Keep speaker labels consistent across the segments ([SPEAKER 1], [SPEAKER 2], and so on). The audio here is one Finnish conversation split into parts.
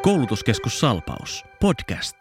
[SPEAKER 1] Koulutuskeskus Salpaus. Podcast.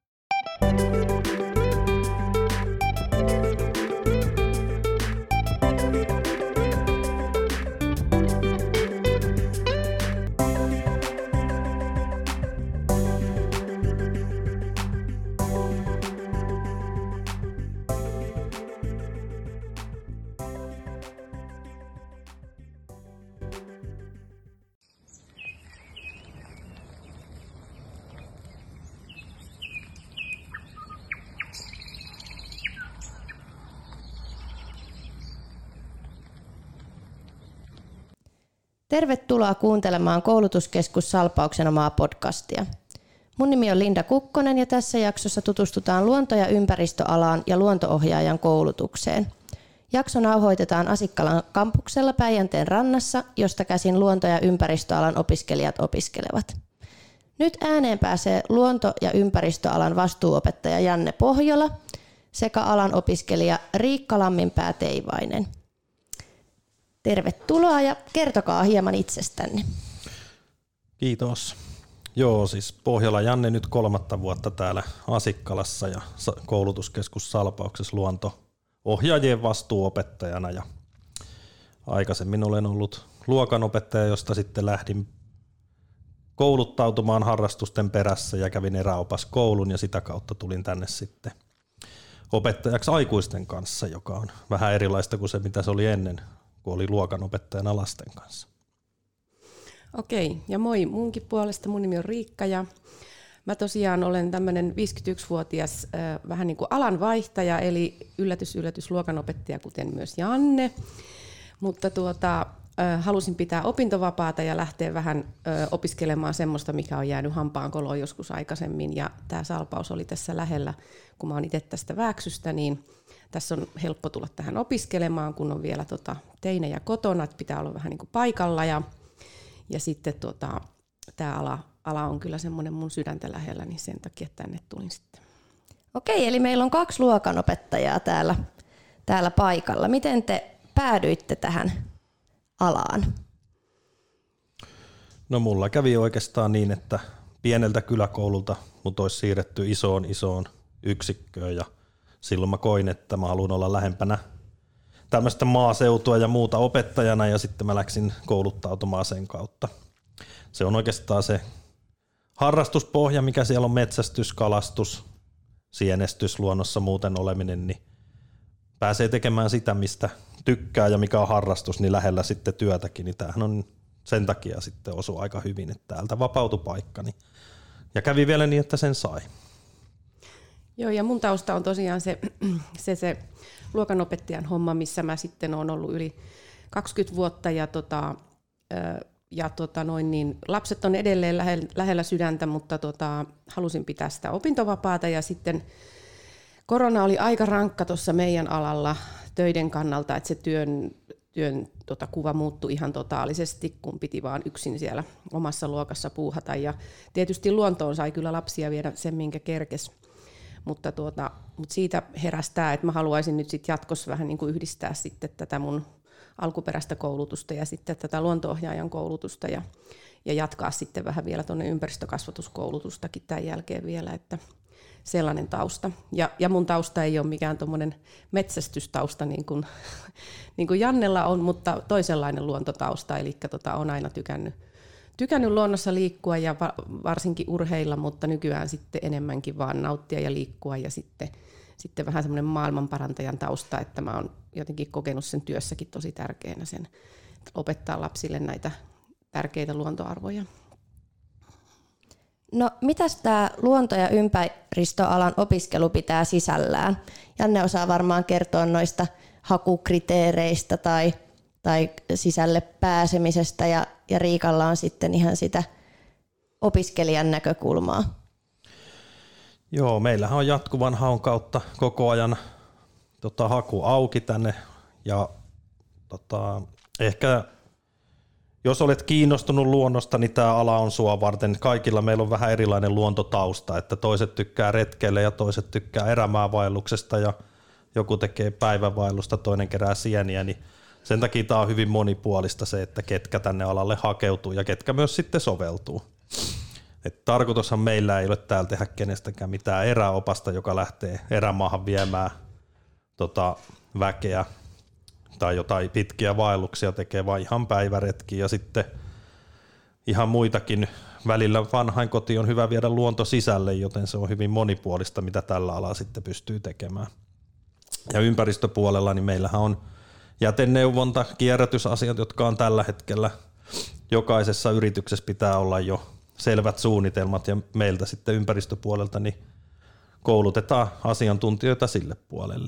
[SPEAKER 2] Tervetuloa kuuntelemaan Koulutuskeskus Salpauksen omaa podcastia. Mun nimi on Linda Kukkonen ja tässä jaksossa tutustutaan luonto- ja ympäristöalaan ja luonto-ohjaajan koulutukseen. Jakso nauhoitetaan Asikkalan kampuksella Päijänteen rannassa, josta käsin luonto- ja ympäristöalan opiskelijat opiskelevat. Nyt ääneen pääsee luonto- ja ympäristöalan vastuuopettaja Janne Pohjola sekä alan opiskelija Riikka Lamminpää-Teivainen. Tervetuloa ja kertokaa hieman itsestänne.
[SPEAKER 3] Kiitos. Joo, siis Pohjola Janne nyt 3. vuotta täällä Asikkalassa ja koulutuskeskus Salpauksessa luonto-ohjaajien vastuuopettajana. Ja aikaisemmin olen ollut luokanopettaja, josta sitten lähdin kouluttautumaan harrastusten perässä ja kävin eräopaskoulun ja sitä kautta tulin tänne sitten opettajaksi aikuisten kanssa, joka on vähän erilaista kuin se, mitä se oli ennen, kun oli luokanopettajana lasten kanssa.
[SPEAKER 4] Okei, ja moi munkin puolesta. Mun nimi on Riikka ja mä tosiaan olen tämmöinen 51-vuotias vähän niin kuin alanvaihtaja, eli yllätys luokanopettaja, kuten myös Janne. Mutta halusin pitää opintovapaata ja lähteä vähän opiskelemaan semmoista, mikä on jäänyt hampaankoloon joskus aikaisemmin. Ja tämä Salpaus oli tässä lähellä, kun mä oon itse tästä Vääksystä, niin tässä on helppo tulla tähän opiskelemaan, kun on vielä teinejä kotona, että pitää olla vähän niin kuin paikalla. Ja sitten tämä ala on kyllä semmoinen mun sydäntä lähellä, niin sen takia tänne tulin sitten.
[SPEAKER 2] Okei, eli meillä on 2 luokanopettajaa täällä paikalla. Miten te päädyitte tähän alaan?
[SPEAKER 3] No mulla kävi oikeastaan niin, että pieneltä kyläkoululta mut olisi siirretty isoon yksikköön ja silloin mä koin, että mä haluan olla lähempänä tämmöistä maaseutua ja muuta opettajana ja sitten mä läksin kouluttautumaan sen kautta. Se on oikeastaan se harrastuspohja, mikä siellä on metsästys, kalastus, sienestys, luonnossa muuten oleminen, niin pääsee tekemään sitä, mistä tykkää ja mikä on harrastus, niin lähellä sitten työtäkin, niin tämähän on sen takia sitten osui aika hyvin, että täältä vapautui paikkani. Ja kävi vielä niin, että sen sai.
[SPEAKER 4] Joo, ja mun tausta on tosiaan se luokanopettajan homma, missä mä sitten olen ollut yli 20 vuotta niin lapset on edelleen lähellä sydäntä, mutta halusin pitää sitä opintovapaata ja sitten korona oli aika rankka tuossa meidän alalla töiden kannalta, että se työn kuva muuttui ihan totaalisesti, kun piti vaan yksin siellä omassa luokassa puuhata ja tietysti luontoon sai kyllä lapsia viedä sen, minkä kerkes. Mutta siitä herästää, että mä haluaisin nyt sit jatkossa vähän niin kuin yhdistää sitten tätä mun alkuperäistä koulutusta ja sitten tätä luonto-ohjaajan koulutusta ja jatkaa sitten vähän vielä tuonne ympäristökasvatuskoulutustakin tämän jälkeen vielä, että sellainen tausta. Ja mun tausta ei ole mikään tuommoinen metsästystausta niin kuin Jannella on, mutta toisenlainen luontotausta, eli on aina tykännyt luonnossa liikkua ja varsinkin urheilla, mutta nykyään sitten enemmänkin vaan nauttia ja liikkua ja sitten vähän semmoinen maailmanparantajan tausta, että mä oon jotenkin kokenut sen työssäkin tosi tärkeänä sen, että opettaa lapsille näitä tärkeitä luontoarvoja.
[SPEAKER 2] No mitäs tämä luonto- ja ympäristöalan opiskelu pitää sisällään? Janne osaa varmaan kertoa noista hakukriteereistä tai sisälle pääsemisestä ja Riikalla on sitten ihan sitä opiskelijan näkökulmaa.
[SPEAKER 3] Joo, meillähän on jatkuvan haun kautta koko ajan haku auki tänne ja ehkä jos olet kiinnostunut luonnosta, niin tämä ala on sua varten. Kaikilla meillä on vähän erilainen luontotausta, että toiset tykkää retkeillä ja toiset tykkää erämaavaelluksesta ja joku tekee päivävaellusta, toinen kerää sieniä, niin sen takia tämä on hyvin monipuolista se, että ketkä tänne alalle hakeutuu ja ketkä myös sitten soveltuu. Et tarkoitushan meillä ei ole täällä tehdä kenestäkään mitään eräopasta, joka lähtee erämaahan viemään väkeä tai jotain pitkiä vaelluksia tekee, vaan ihan päiväretkiä ja sitten ihan muitakin. Välillä vanhainkoti on hyvä viedä luonto sisälle, joten se on hyvin monipuolista, mitä tällä alalla sitten pystyy tekemään. Ja ympäristöpuolella niin meillähän on jäteneuvonta, kierrätysasiat, jotka on tällä hetkellä. Jokaisessa yrityksessä pitää olla jo selvät suunnitelmat ja meiltä sitten ympäristöpuolelta niin koulutetaan asiantuntijoita sille puolelle.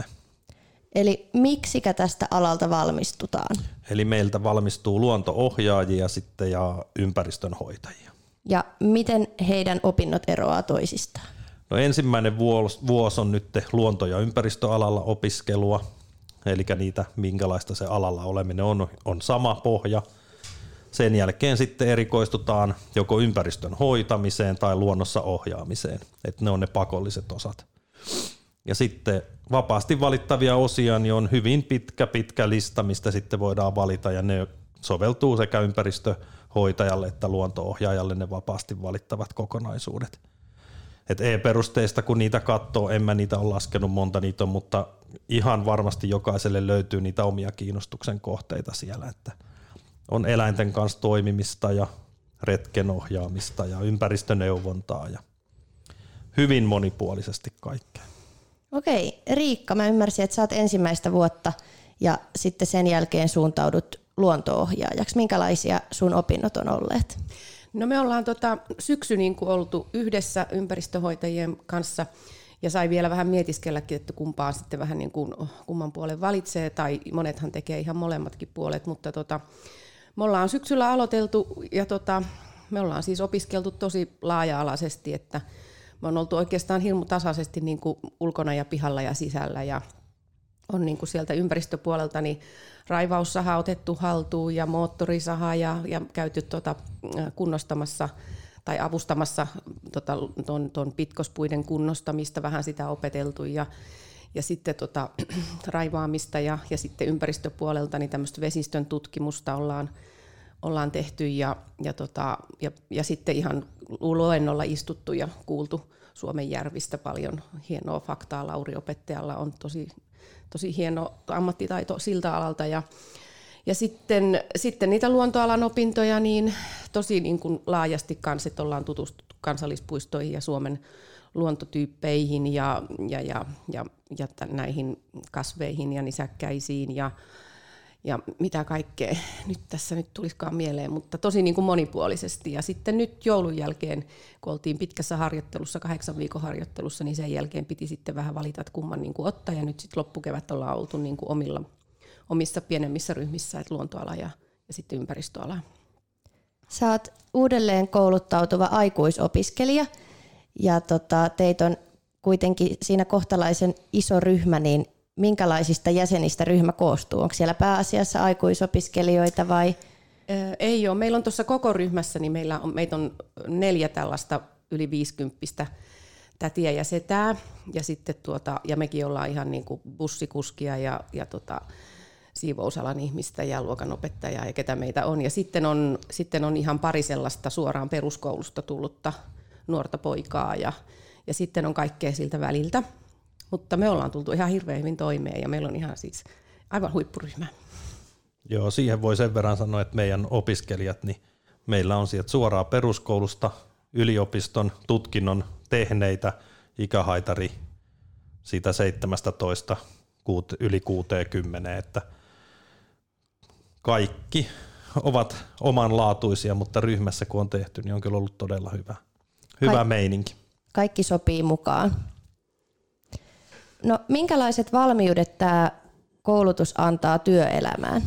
[SPEAKER 2] Eli miksikä tästä alalta valmistutaan?
[SPEAKER 3] Eli meiltä valmistuu luonto-ohjaajia sitten ja ympäristönhoitajia.
[SPEAKER 2] Ja miten heidän opinnot eroaa toisistaan?
[SPEAKER 3] No ensimmäinen vuosi on nyt luonto- ja ympäristöalalla opiskelua, eli niitä minkälaista se alalla oleminen on sama pohja. Sen jälkeen sitten erikoistutaan joko ympäristön hoitamiseen tai luonnossa ohjaamiseen, että ne on ne pakolliset osat. Ja sitten vapaasti valittavia osia niin on hyvin pitkä lista, mistä sitten voidaan valita ja ne soveltuu sekä ympäristöhoitajalle että luonto-ohjaajalle ne vapaasti valittavat kokonaisuudet. Et E-perusteista kun niitä katsoo, en mä niitä ole laskenut monta niitä on, mutta ihan varmasti jokaiselle löytyy niitä omia kiinnostuksen kohteita siellä, että on eläinten kanssa toimimista ja retken ohjaamista ja ympäristöneuvontaa ja hyvin monipuolisesti kaikkea.
[SPEAKER 2] Okei, Riikka, mä ymmärsin, että sä oot ensimmäistä vuotta ja sitten sen jälkeen suuntaudut luonto-ohjaajaksi. Minkälaisia sun opinnot on olleet?
[SPEAKER 4] No me ollaan syksy niin kuin oltu yhdessä ympäristöhoitajien kanssa ja sai vielä vähän mietiskelläkin, että kumpaa sitten vähän niin kuin kumman puolen valitsee tai monethan tekee ihan molemmatkin puolet, mutta me ollaan syksyllä aloiteltu ja me ollaan siis opiskeltu tosi laaja-alaisesti, että me on oltu oikeastaan hirmutasaisesti niin kuin ulkona ja pihalla ja sisällä ja on niin kuin sieltä ympäristöpuolelta niin raivaussaha otettu haltuun ja moottorisaha ja käyty kunnostamassa tai avustamassa tuon pitkospuiden kunnostamista, vähän sitä opeteltu ja sitten raivaamista ja sitten ympäristöpuolelta niin tämmöistä vesistön tutkimusta ollaan tehty ja sitten ihan luennolla istuttu ja kuultu Suomen järvistä paljon hienoa faktaa. Lauri opettajalla on tosi hieno ammattitaito siltä alalta ja sitten niitä luontoalan opintoja niin tosi niin kuin laajasti kanssa, että ollaan tutustuttu kansallispuistoihin ja Suomen luontotyyppeihin ja näihin kasveihin ja nisäkkäisiin ja mitä kaikkea nyt tulisikaan mieleen, mutta tosi niin kuin monipuolisesti. Ja sitten nyt joulun jälkeen, kun oltiin pitkässä harjoittelussa, 8 viikon harjoittelussa, niin sen jälkeen piti sitten vähän valita, että kumman niin kuin ottaa. Ja nyt sitten loppukevät ollaan oltu niin kuin omissa pienemmissä ryhmissä, että luontoala ja sitten ympäristöala.
[SPEAKER 2] Sä oot uudelleen kouluttautuva aikuisopiskelija ja teitä on kuitenkin siinä kohtalaisen iso ryhmä, niin minkälaisista jäsenistä ryhmä koostuu? Onko siellä pääasiassa aikuisopiskelijoita vai?
[SPEAKER 4] Ei ole. Meillä on tuossa koko ryhmässä, niin meitä on 4 tällaista yli 50 tätiä ja setää. Ja sitten ja mekin ollaan ihan niin kuin bussikuskia ja siivousalan ihmistä ja luokanopettajaa ja ketä meitä on. Ja sitten on ihan pari sellaista suoraan peruskoulusta tullutta nuorta poikaa ja sitten on kaikkea siltä väliltä. Mutta me ollaan tultu ihan hirveän hyvin toimeen ja meillä on ihan siis aivan huippuryhmä.
[SPEAKER 3] Joo, siihen voi sen verran sanoa, että meidän opiskelijat, niin meillä on sieltä suoraan peruskoulusta yliopiston tutkinnon tehneitä ikähaitari siitä 17 yli 60, että kaikki ovat omanlaatuisia, mutta ryhmässä kun on tehty, niin on kyllä ollut todella hyvä meininki.
[SPEAKER 2] Kaikki sopii mukaan. No, minkälaiset valmiudet tämä koulutus antaa työelämään?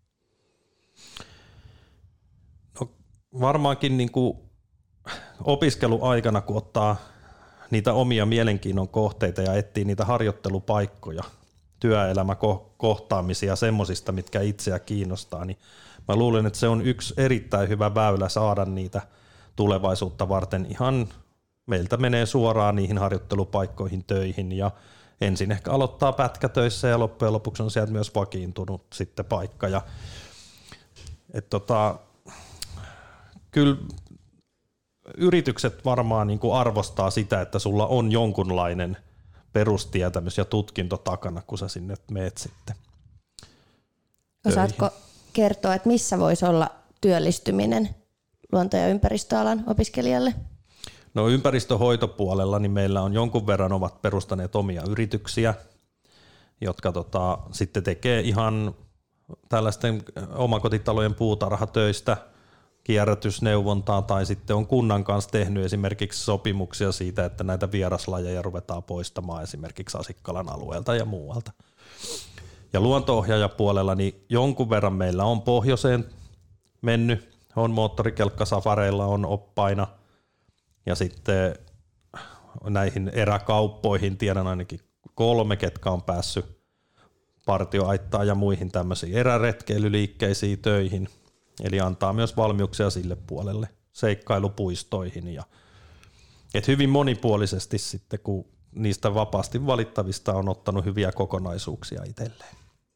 [SPEAKER 3] No, varmaankin niin kuin opiskeluaikana, kun ottaa niitä omia mielenkiinnon kohteita ja etsii niitä harjoittelupaikkoja, työelämäkohtaamisia semmoisista, mitkä itseä kiinnostaa, niin mä luulen, että se on yksi erittäin hyvä väylä saada niitä tulevaisuutta varten. Ihan meiltä menee suoraan niihin harjoittelupaikkoihin töihin ja ensin ehkä aloittaa pätkätöissä ja loppujen lopuksi on sieltä myös vakiintunut sitten paikka. Ja, kyllä yritykset varmaan niin kuin arvostaa sitä, että sulla on jonkunlainen perustietämys ja tutkinto takana, kun sä sinne meet sitten.
[SPEAKER 2] Osaatko kertoa, että missä voisi olla työllistyminen luonto- ja ympäristöalan opiskelijalle?
[SPEAKER 3] No ympäristöhoitopuolella niin meillä on jonkun verran ovat perustaneet omia yrityksiä, jotka sitten tekee ihan tällaisten omakotitalojen puutarhatöistä kierrätysneuvontaa tai sitten on kunnan kanssa tehnyt esimerkiksi sopimuksia siitä, että näitä vieraslajeja ruvetaan poistamaan esimerkiksi Asikkalan alueelta ja muualta. Ja luonto-ohjaajapuolella niin jonkun verran meillä on pohjoiseen mennyt, on moottorikelkkasafareilla, on oppaina ja sitten näihin eräkauppoihin tiedän ainakin 3, ketkä on päässyt partioaittaan ja muihin tämmöisiin eräretkeilyliikkeisiin töihin. Eli antaa myös valmiuksia sille puolelle, seikkailupuistoihin. Et hyvin monipuolisesti sitten, kun niistä vapaasti valittavista on ottanut hyviä kokonaisuuksia itselleen.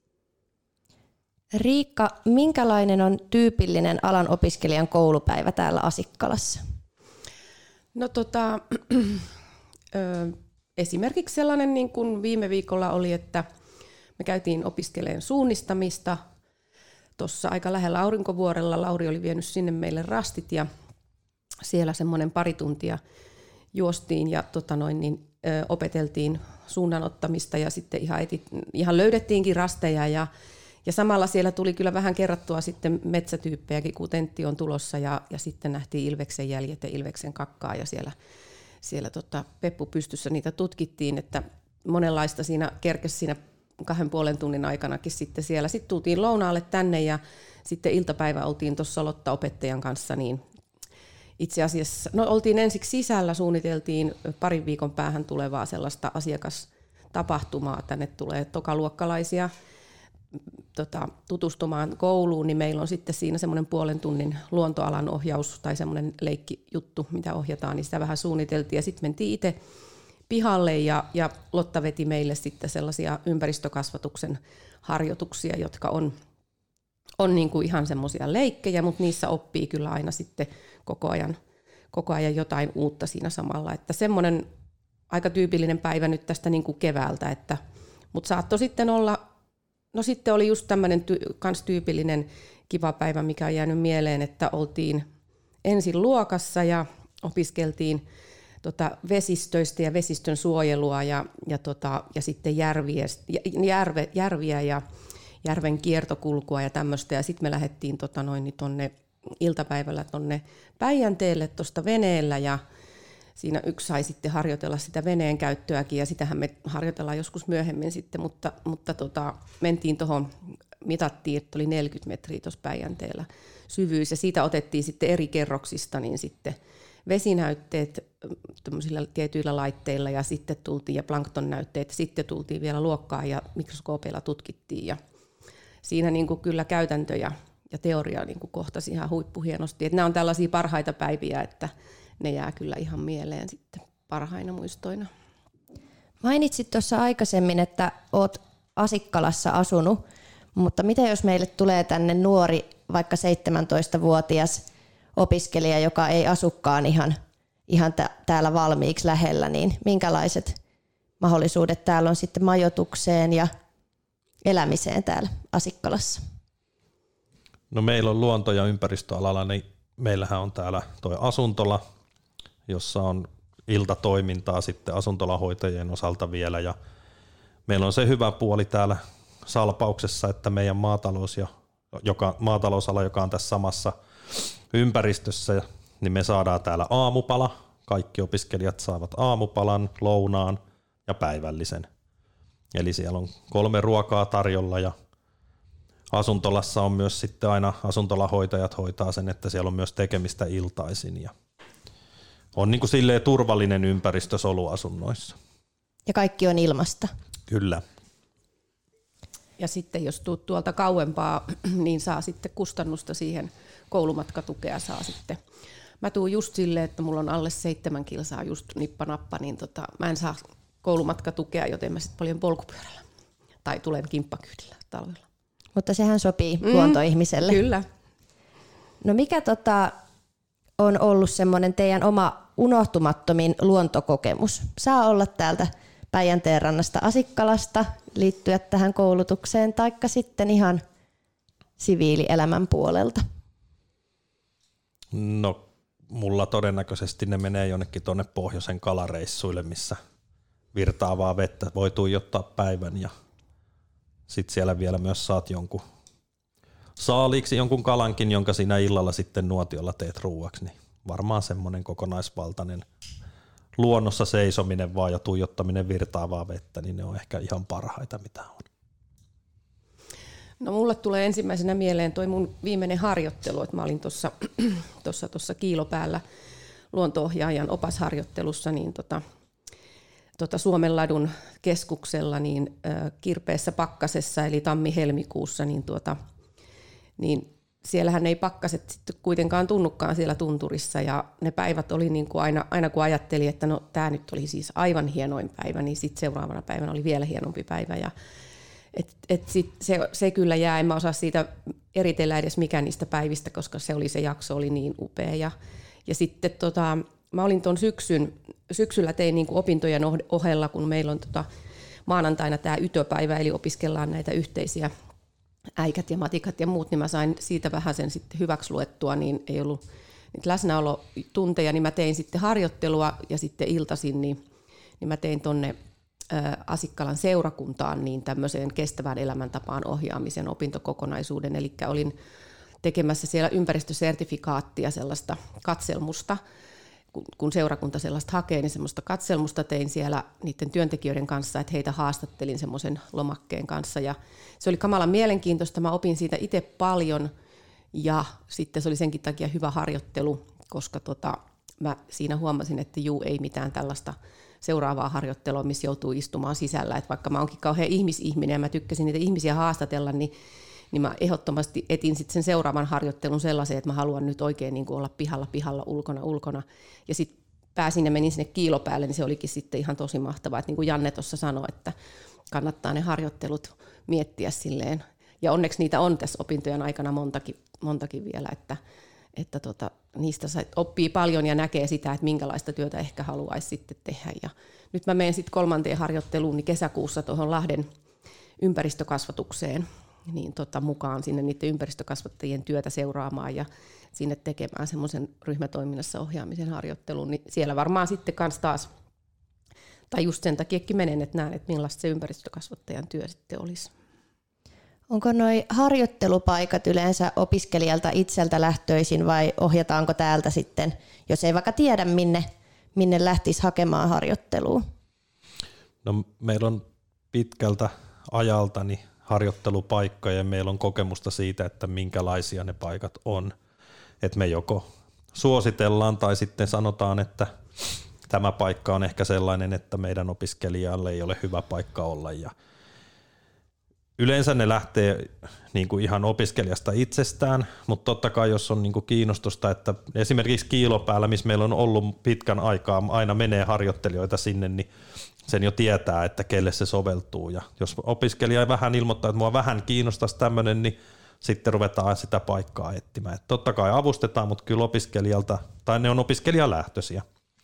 [SPEAKER 2] Riikka, minkälainen on tyypillinen alan opiskelijan koulupäivä täällä Asikkalassa?
[SPEAKER 4] No esimerkiksi sellainen niin kuin viime viikolla oli, että me käytiin opiskelemaan suunnistamista tuossa aika lähellä Aurinkovuorella. Lauri oli vienyt sinne meille rastit ja siellä semmoinen 2 tuntia juostiin ja opeteltiin suunnanottamista ja sitten ihan löydettiinkin rasteja ja samalla siellä tuli kyllä vähän kerrattua sitten metsätyyppejäkin, kun tentti on tulossa ja sitten nähtiin ilveksen jäljet ja ilveksen kakkaa ja siellä peppu pystyssä niitä tutkittiin, että monenlaista siinä kerkesi siinä 2,5 tunnin aikanakin sitten siellä. Sitten tultiin lounaalle tänne ja sitten iltapäivä oltiin tuossa Lotta-opettajan kanssa, niin itse asiassa, oltiin ensiksi sisällä, suunniteltiin 2 viikon päähän tulevaa sellaista asiakastapahtumaa, tänne tulee tokaluokkalaisia tutustumaan kouluun, niin meillä on sitten siinä semmoinen 0,5 tunnin luontoalan ohjaus tai semmoinen leikkijuttu, mitä ohjataan, niin sitä vähän suunniteltiin ja sitten mentiin itse pihalle ja Lotta veti meille sitten sellaisia ympäristökasvatuksen harjoituksia, jotka on niin kuin ihan semmoisia leikkejä, mutta niissä oppii kyllä aina sitten koko ajan jotain uutta siinä samalla. Että semmoinen aika tyypillinen päivä nyt tästä niin kuin keväältä, mutta saattoi sitten olla, no sitten oli just tämmöinen kans tyypillinen kiva päivä, mikä on jäänyt mieleen, että oltiin ensin luokassa ja opiskeltiin vesistöistä ja vesistön suojelua ja sitten järviä ja järven kiertokulkua ja tämmöistä. Ja sitten me lähdettiin tuonne iltapäivällä tuonne Päijänteelle tuosta veneellä ja siinä yksi sai sitten harjoitella sitä veneen käyttöäkin ja sitähän me harjoitellaan joskus myöhemmin sitten, mutta mentiin tuohon, mitattiin, että oli 40 metriä tuossa Päijänteellä syvyys ja siitä otettiin sitten eri kerroksista niin sitten vesinäytteet tämmöisillä tietyillä laitteilla ja sitten tultiin ja planktonnäytteet, sitten tultiin vielä luokkaan ja mikroskoopeilla tutkittiin ja siinä niin kuin kyllä käytäntö ja teoria niin kuin kohtasi ihan huippuhienosti. Että nämä on tällaisia parhaita päiviä, että ne jää kyllä ihan mieleen sitten parhaina muistoina.
[SPEAKER 2] Mainitsit tuossa aikaisemmin, että olet Asikkalassa asunut, mutta mitä jos meille tulee tänne nuori, vaikka 17-vuotias opiskelija, joka ei asukaan ihan täällä valmiiksi lähellä, niin minkälaiset mahdollisuudet täällä on sitten majoitukseen ja elämiseen täällä Asikkalassa?
[SPEAKER 3] No meillä on luonto- ja ympäristöalalla, niin meillähän on täällä tuo asuntola, jossa on iltatoimintaa sitten asuntolahoitajien osalta vielä ja meillä on se hyvä puoli täällä Salpauksessa, että meidän maatalousala, joka on tässä samassa ympäristössä, niin me saadaan täällä aamupala. Kaikki opiskelijat saavat aamupalan, lounaan ja päivällisen. Eli siellä on 3 ruokaa tarjolla ja asuntolassa on myös sitten aina asuntolahoitajat hoitaa sen, että siellä on myös tekemistä iltaisin ja on niin kuin silleen turvallinen ympäristö soluasunnoissa.
[SPEAKER 2] Ja kaikki on ilmasta.
[SPEAKER 3] Kyllä.
[SPEAKER 4] Ja sitten jos tuut tuolta kauempaa, niin saa sitten kustannusta siihen, koulumatkatukea saa sitten. Mä tuun just silleen, että mulla on alle 7 kilsaa just nippanappa, niin mä en saa koulumatkatukea, joten mä sitten paljon polkupyörällä. Tai tulen kimppakyydillä talvella.
[SPEAKER 2] Mutta sehän sopii luontoihmiselle.
[SPEAKER 4] Kyllä.
[SPEAKER 2] No mikä on ollut semmoinen teidän oma unohtumattomin luontokokemus? Saa olla täältä Päijänteen rannasta Asikkalasta, liittyä tähän koulutukseen, taikka sitten ihan siviilielämän puolelta?
[SPEAKER 3] No, mulla todennäköisesti ne menee jonnekin tuonne pohjoisen kalareissuille, missä virtaavaa vettä voi tuijottaa päivän ja sitten siellä vielä myös saat jonkun saaliiksi jonkun kalankin, jonka siinä illalla sitten nuotiolla teet ruuaksi, niin varmaan semmoinen kokonaisvaltainen luonnossa seisominen vaan ja tuijottaminen virtaavaa vettä, niin ne on ehkä ihan parhaita mitä on.
[SPEAKER 4] No mulle tulee ensimmäisenä mieleen toi mun viimeinen harjoittelu, että mä olin tuossa Kiilopäällä luonto-ohjaajan opasharjoittelussa niin Suomenladun keskuksella niin kirpeässä pakkasessa eli tammi-helmikuussa, niin siellähän ei pakkaset sitten kuitenkaan tunnukaan siellä tunturissa ja ne päivät oli niin kuin aina kun ajattelin, että no tämä nyt oli siis aivan hienoin päivä, niin sitten seuraavana päivänä oli vielä hienompi päivä ja se kyllä jää, en mä osaa siitä eritellä edes mikä niistä päivistä, koska se jakso oli niin upea ja sitten mä olin tuon syksyllä tein niin kuin opintojen ohella, kun meillä on maanantaina tämä YTÖ-päivä, eli opiskellaan näitä yhteisiä äikät ja matikat ja muut, niin mä sain siitä vähän sen sitten hyväksi luettua, niin ei ollut niitä läsnäolotunteja, niin mä tein sitten harjoittelua ja sitten iltaisin, niin mä tein tonne Asikkalan seurakuntaan niin tämmöiseen kestävään elämäntapaan ohjaamisen opintokokonaisuuden, eli olin tekemässä siellä ympäristösertifikaattia sellaista katselmusta, kun seurakunta sellaista hakee, niin semmoista katselmusta tein siellä niiden työntekijöiden kanssa, että heitä haastattelin semmoisen lomakkeen kanssa ja se oli kamalan mielenkiintoista, mä opin siitä itse paljon ja sitten se oli senkin takia hyvä harjoittelu, koska mä siinä huomasin, että ei mitään tällaista seuraavaa harjoittelua, missä joutuu istumaan sisällä, että vaikka mä oonkin kauhean ihmisihminen ja mä tykkäsin niitä ihmisiä haastatella, niin mä ehdottomasti etin sitten sen seuraavan harjoittelun sellaisen, että mä haluan nyt oikein niin kuin olla pihalla ulkona. Ja sitten pääsin ja menin sinne Kiilopäälle, niin se olikin sitten ihan tosi mahtavaa. Että niin kuin Janne tuossa sanoi, että kannattaa ne harjoittelut miettiä silleen. Ja onneksi niitä on tässä opintojen aikana montakin vielä, että niistä oppii paljon ja näkee sitä, että minkälaista työtä ehkä haluaisi sitten tehdä. Ja nyt mä menen sitten 3. harjoitteluun niin kesäkuussa tuohon Lahden ympäristökasvatukseen, niin mukaan sinne niiden ympäristökasvattajien työtä seuraamaan ja sinne tekemään semmoisen ryhmätoiminnassa ohjaamisen harjoittelun, niin siellä varmaan sitten kanssa taas, tai just sen takiakin menen, että näen, että millaista se ympäristökasvattajan työ sitten olisi.
[SPEAKER 2] Onko noi harjoittelupaikat yleensä opiskelijalta itseltä lähtöisin vai ohjataanko täältä sitten, jos ei vaikka tiedä minne lähtisi hakemaan harjoitteluun? No
[SPEAKER 3] meillä on pitkältä ajalta niin harjoittelupaikkoja ja meillä on kokemusta siitä, että minkälaisia ne paikat on. Että me joko suositellaan tai sitten sanotaan, että tämä paikka on ehkä sellainen, että meidän opiskelijalle ei ole hyvä paikka olla. Ja yleensä ne lähtee niin kuin ihan opiskelijasta itsestään, mutta totta kai jos on niin kuin kiinnostusta, että esimerkiksi Kiilopäällä, missä meillä on ollut pitkän aikaa, aina menee harjoittelijoita sinne, niin sen jo tietää, että kelle se soveltuu. Ja jos opiskelija vähän ilmoittaa, että mua vähän kiinnostaisi tämmöinen, niin sitten ruvetaan sitä paikkaa etsimään. Että totta kai avustetaan, mutta kyllä opiskelijalta, tai ne on opiskelijalähtöisiä.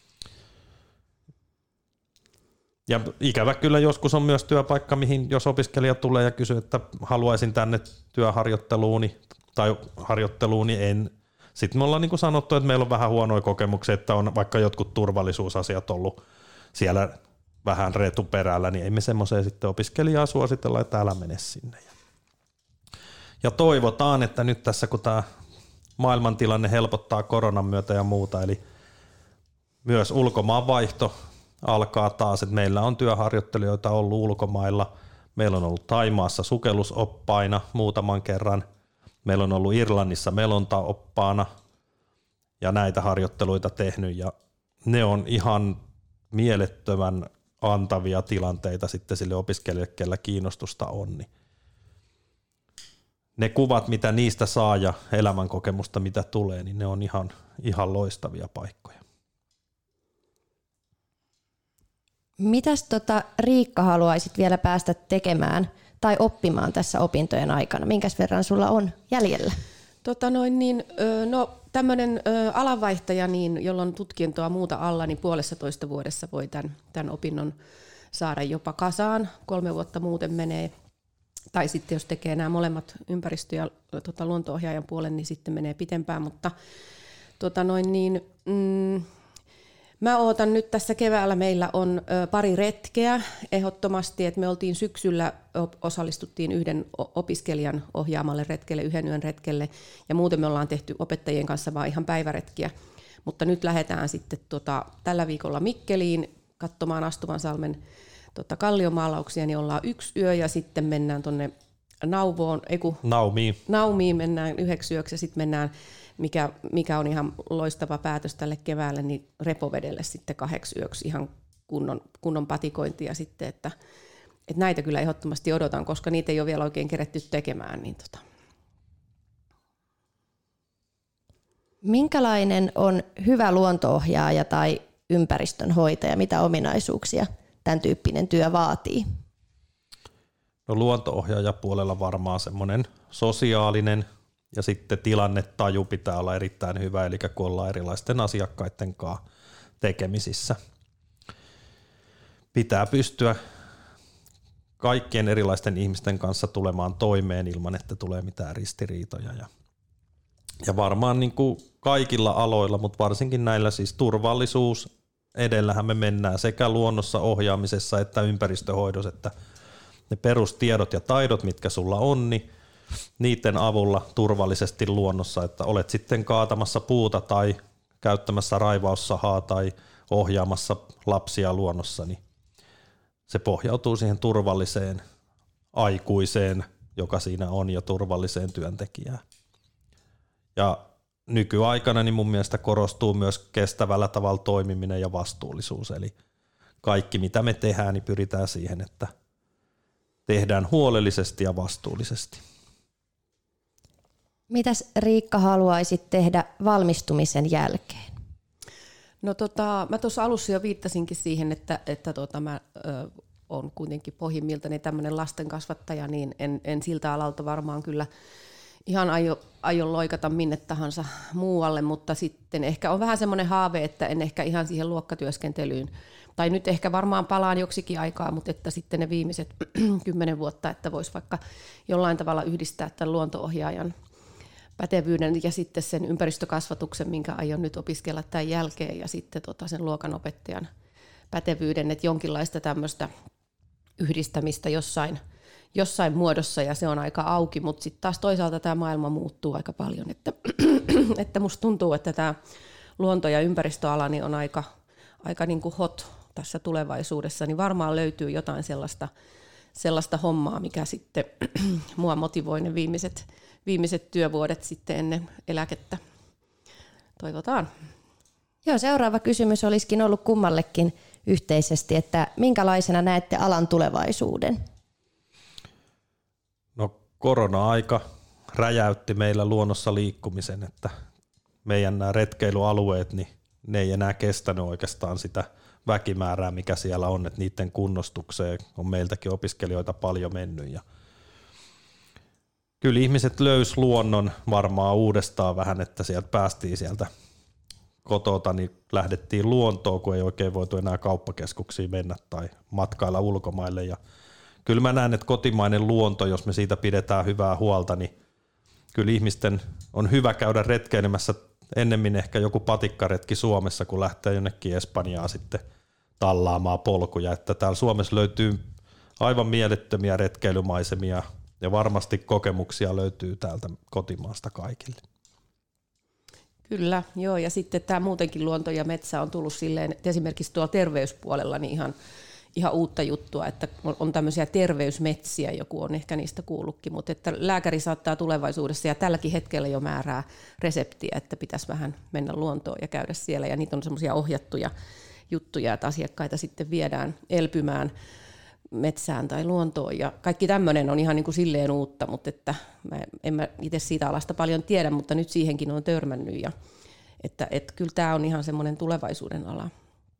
[SPEAKER 3] Ja ikävä kyllä joskus on myös työpaikka, mihin jos opiskelija tulee ja kysyy, että haluaisin tänne työharjoitteluuni tai harjoitteluun, niin en. Sitten me ollaan niin kuin sanottu, että meillä on vähän huonoja kokemuksia, että on vaikka jotkut turvallisuusasiat ollut siellä vähän retuperällä, niin ei me semmoiseen sitten opiskelijaa suositella, että älä mene sinne. Ja toivotaan, että nyt tässä kun tämä maailmantilanne helpottaa koronan myötä ja muuta, eli myös ulkomaanvaihto alkaa taas, että meillä on työharjoittelijoita ollut ulkomailla, meillä on ollut Thaimaassa sukellusoppaina muutaman kerran, meillä on ollut Irlannissa melontaoppaana ja näitä harjoitteluita tehnyt ja ne on ihan mielettömän antavia tilanteita sitten sille opiskelijalle, kellä kiinnostusta on. Niin ne kuvat, mitä niistä saa ja elämänkokemusta, mitä tulee, niin ne on ihan loistavia paikkoja.
[SPEAKER 2] Mitäs Riikka haluaisit vielä päästä tekemään tai oppimaan tässä opintojen aikana? Minkäs verran sulla on jäljellä?
[SPEAKER 4] No tämmöinen alanvaihtaja, niin, jolla on tutkintoa muuta alla, niin 1,5 vuodessa voi tämän opinnon saada jopa kasaan. 3 vuotta muuten menee. Tai sitten jos tekee nämä molemmat ympäristö- ja luonto-ohjaajan puolen, niin sitten menee pitempään. Mutta mä ootan nyt tässä keväällä, meillä on pari retkeä ehdottomasti, että me oltiin syksyllä, osallistuttiin yhden opiskelijan ohjaamalle retkelle, 1 yön retkelle, ja muuten me ollaan tehty opettajien kanssa vaan ihan päiväretkiä. Mutta nyt lähdetään sitten tällä viikolla Mikkeliin katsomaan Astuvansalmen kalliomaalauksia, niin ollaan 1 yö ja sitten mennään tuonne Naumiin mennään 1 yöksi ja sitten mennään, mikä on ihan loistava päätös tälle keväälle, niin Repovedelle sitten 2 yöksi ihan kunnon patikointia sitten, että näitä kyllä ehdottomasti odotan, koska niitä ei ole vielä oikein keretty tekemään. Niin
[SPEAKER 2] Minkälainen on hyvä luonto-ohjaaja tai ympäristönhoitaja? Mitä ominaisuuksia tämän tyyppinen työ vaatii?
[SPEAKER 3] No luonto-ohjaajapuolella varmaan semmoinen sosiaalinen ja sitten tilannetaju pitää olla erittäin hyvä, eli kun ollaan erilaisten asiakkaiden kanssa tekemisissä. Pitää pystyä kaikkien erilaisten ihmisten kanssa tulemaan toimeen ilman, että tulee mitään ristiriitoja. Ja varmaan niin kuin kaikilla aloilla, mutta varsinkin näillä siis turvallisuus edellähän me mennään sekä luonnossa ohjaamisessa että ympäristöhoidossa, että ne perustiedot ja taidot, mitkä sulla on, niin niiden avulla turvallisesti luonnossa, että olet sitten kaatamassa puuta tai käyttämässä raivaussahaa tai ohjaamassa lapsia luonnossa, niin se pohjautuu siihen turvalliseen aikuiseen, joka siinä on, ja turvalliseen työntekijään. Ja nykyaikana niin mun mielestä korostuu myös kestävällä tavalla toimiminen ja vastuullisuus, eli kaikki mitä me tehdään, niin pyritään siihen, että tehdään huolellisesti ja vastuullisesti.
[SPEAKER 2] Mitäs Riikka haluaisit tehdä valmistumisen jälkeen?
[SPEAKER 4] No mä tuossa alussa jo viittasinkin siihen, että mä olen kuitenkin pohjimmiltani tämmöinen lastenkasvattaja, niin en siltä alalta varmaan kyllä ihan aio loikata minne tahansa muualle, mutta sitten ehkä on vähän semmoinen haave, että en ehkä ihan siihen luokkatyöskentelyyn, tai nyt ehkä varmaan palaan joksikin aikaa, mutta että sitten ne viimeiset 10 vuotta, että voisi vaikka jollain tavalla yhdistää tämän luonto-ohjaajan pätevyyden ja sitten sen ympäristökasvatuksen, minkä aion nyt opiskella tämän jälkeen, ja sitten sen luokanopettajan pätevyyden, että jonkinlaista tämmöistä yhdistämistä jossain muodossa, ja se on aika auki, mutta sitten taas toisaalta tämä maailma muuttuu aika paljon, että musta tuntuu, että tämä luonto- ja ympäristöala niin on aika niin kuin hot tässä tulevaisuudessa, niin varmaan löytyy jotain sellaista hommaa, mikä sitten mua motivoi ne viimeiset työvuodet sitten ennen eläkettä. Toivotaan.
[SPEAKER 2] Joo, seuraava kysymys olisikin ollut kummallekin yhteisesti, että minkälaisena näette alan tulevaisuuden?
[SPEAKER 3] No korona-aika räjäytti meillä luonnossa liikkumisen, että meidän nämä retkeilyalueet, niin ne ei enää kestänyt oikeastaan sitä väkimäärää, mikä siellä on, että niiden kunnostukseen on meiltäkin opiskelijoita paljon mennyt. Ja kyllä ihmiset löys luonnon varmaan uudestaan vähän, että sieltä päästiin sieltä kotota, niin lähdettiin luontoon, kun ei oikein voitu enää kauppakeskuksiin mennä tai matkailla ulkomaille. Ja kyllä mä näen, että kotimainen luonto, jos me siitä pidetään hyvää huolta, niin kyllä ihmisten on hyvä käydä retkeilemässä ennemmin ehkä joku patikkaretki Suomessa, kun lähtee jonnekin Espanjaan sitten tallaamaan polkuja. Että täällä Suomessa löytyy aivan mielettömiä retkeilymaisemia ja varmasti kokemuksia löytyy täältä kotimaasta kaikille.
[SPEAKER 4] Kyllä, joo, ja sitten tämä muutenkin luonto ja metsä on tullut silleen, että esimerkiksi tuolla terveyspuolella niin ihan uutta juttua, että on tämmöisiä terveysmetsiä, joku on ehkä niistä kuullutkin, mutta että lääkäri saattaa tulevaisuudessa ja tälläkin hetkellä jo määrää reseptiä, että pitäisi vähän mennä luontoon ja käydä siellä, ja niitä on semmoisia ohjattuja juttuja, että asiakkaita sitten viedään elpymään metsään tai luontoon, ja kaikki tämmöinen on ihan niin kuin silleen uutta, mutta että en mä itse siitä alasta paljon tiedä, mutta nyt siihenkin on törmännyt, ja että kyllä tämä on ihan semmoinen tulevaisuuden ala.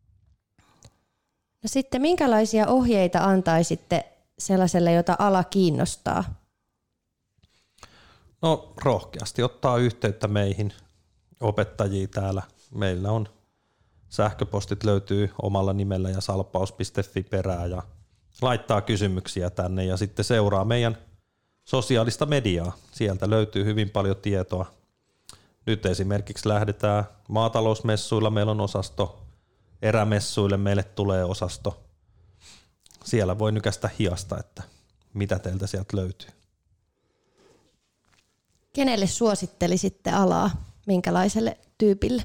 [SPEAKER 2] No sitten minkälaisia ohjeita antaisitte sellaiselle, jota ala kiinnostaa?
[SPEAKER 3] No rohkeasti ottaa yhteyttä meihin. opettajia täällä. Meillä on sähköpostit löytyy omalla nimellä ja salpaus.fi perään ja laittaa kysymyksiä tänne ja sitten seuraa meidän sosiaalista mediaa. Sieltä löytyy hyvin paljon tietoa. Nyt esimerkiksi lähdetään maatalousmessuilla, meillä on osasto, erämessuille meille tulee osasto. Siellä voi nykästä hiasta, että mitä teiltä sieltä löytyy.
[SPEAKER 2] Kenelle suosittelisitte alaa? Minkälaiselle tyypille?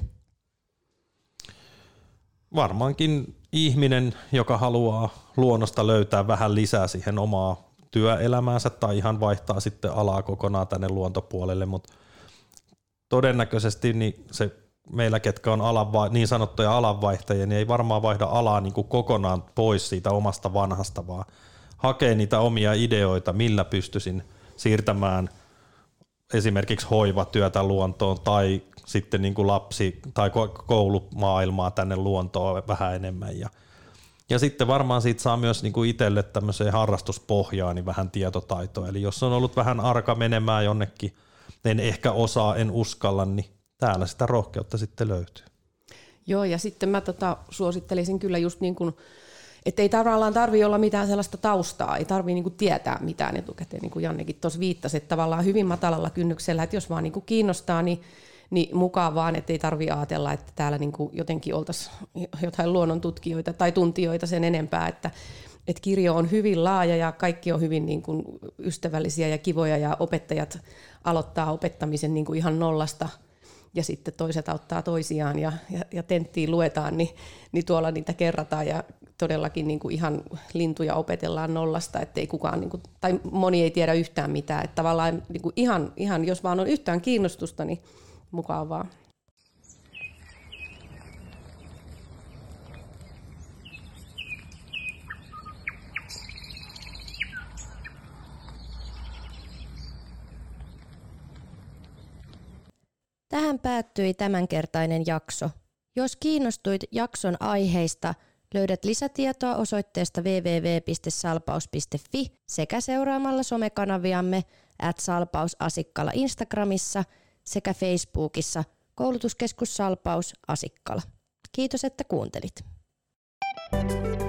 [SPEAKER 3] Varmaankin ihminen, joka haluaa luonnosta löytää vähän lisää siihen omaa työelämäänsä tai ihan vaihtaa sitten alaa kokonaan tänne luontopuolelle, mutta todennäköisesti niin se meillä, ketkä on niin sanottuja alanvaihtajia, niin ei varmaan vaihda alaa niin kuin kokonaan pois siitä omasta vanhasta, vaan hakee niitä omia ideoita, millä pystyisin siirtämään esimerkiksi hoivatyötä luontoon tai sitten niin kuin lapsi- tai koulumaailmaa tänne luontoon vähän enemmän. Ja sitten varmaan siitä saa myös niin kuin itselle tämmöiseen harrastuspohjaan niin vähän tietotaitoa. Eli jos on ollut vähän arka menemään jonnekin, en ehkä osaa, en uskalla, niin täällä sitä rohkeutta sitten löytyy.
[SPEAKER 4] Joo, ja sitten mä suosittelisin kyllä just niin kuin, että ei tavallaan tarvitse olla mitään sellaista taustaa, ei tarvitse niin kuin tietää mitään etukäteen, niin kuin Jannekin tuossa viittasi, että tavallaan hyvin matalalla kynnyksellä, että jos vaan niin kuin kiinnostaa, niin mukaan vaan, että ei tarvitse ajatella, että täällä niin kuin jotenkin oltaisiin jotain luonnontutkijoita tai tuntijoita sen enempää, että kirjo on hyvin laaja ja kaikki on hyvin niin kuin ystävällisiä ja kivoja ja opettajat aloittaa opettamisen niin kuin ihan nollasta ja sitten toiset auttaa toisiaan ja tenttiin luetaan, niin tuolla niitä kerrataan ja todellakin niin kuin ihan lintuja opetellaan nollasta, ettei kukaan, niin kuin, tai moni ei tiedä yhtään mitään, että tavallaan niin kuin ihan jos vaan on yhtään kiinnostusta, niin mukaan vaan.
[SPEAKER 2] Tähän päättyi tämänkertainen jakso. Jos kiinnostuit jakson aiheista, löydät lisätietoa osoitteesta www.salpaus.fi sekä seuraamalla somekanaviamme @salpausasikkala Instagramissa sekä Facebookissa Koulutuskeskus Salpaus Asikkala. Kiitos, että kuuntelit.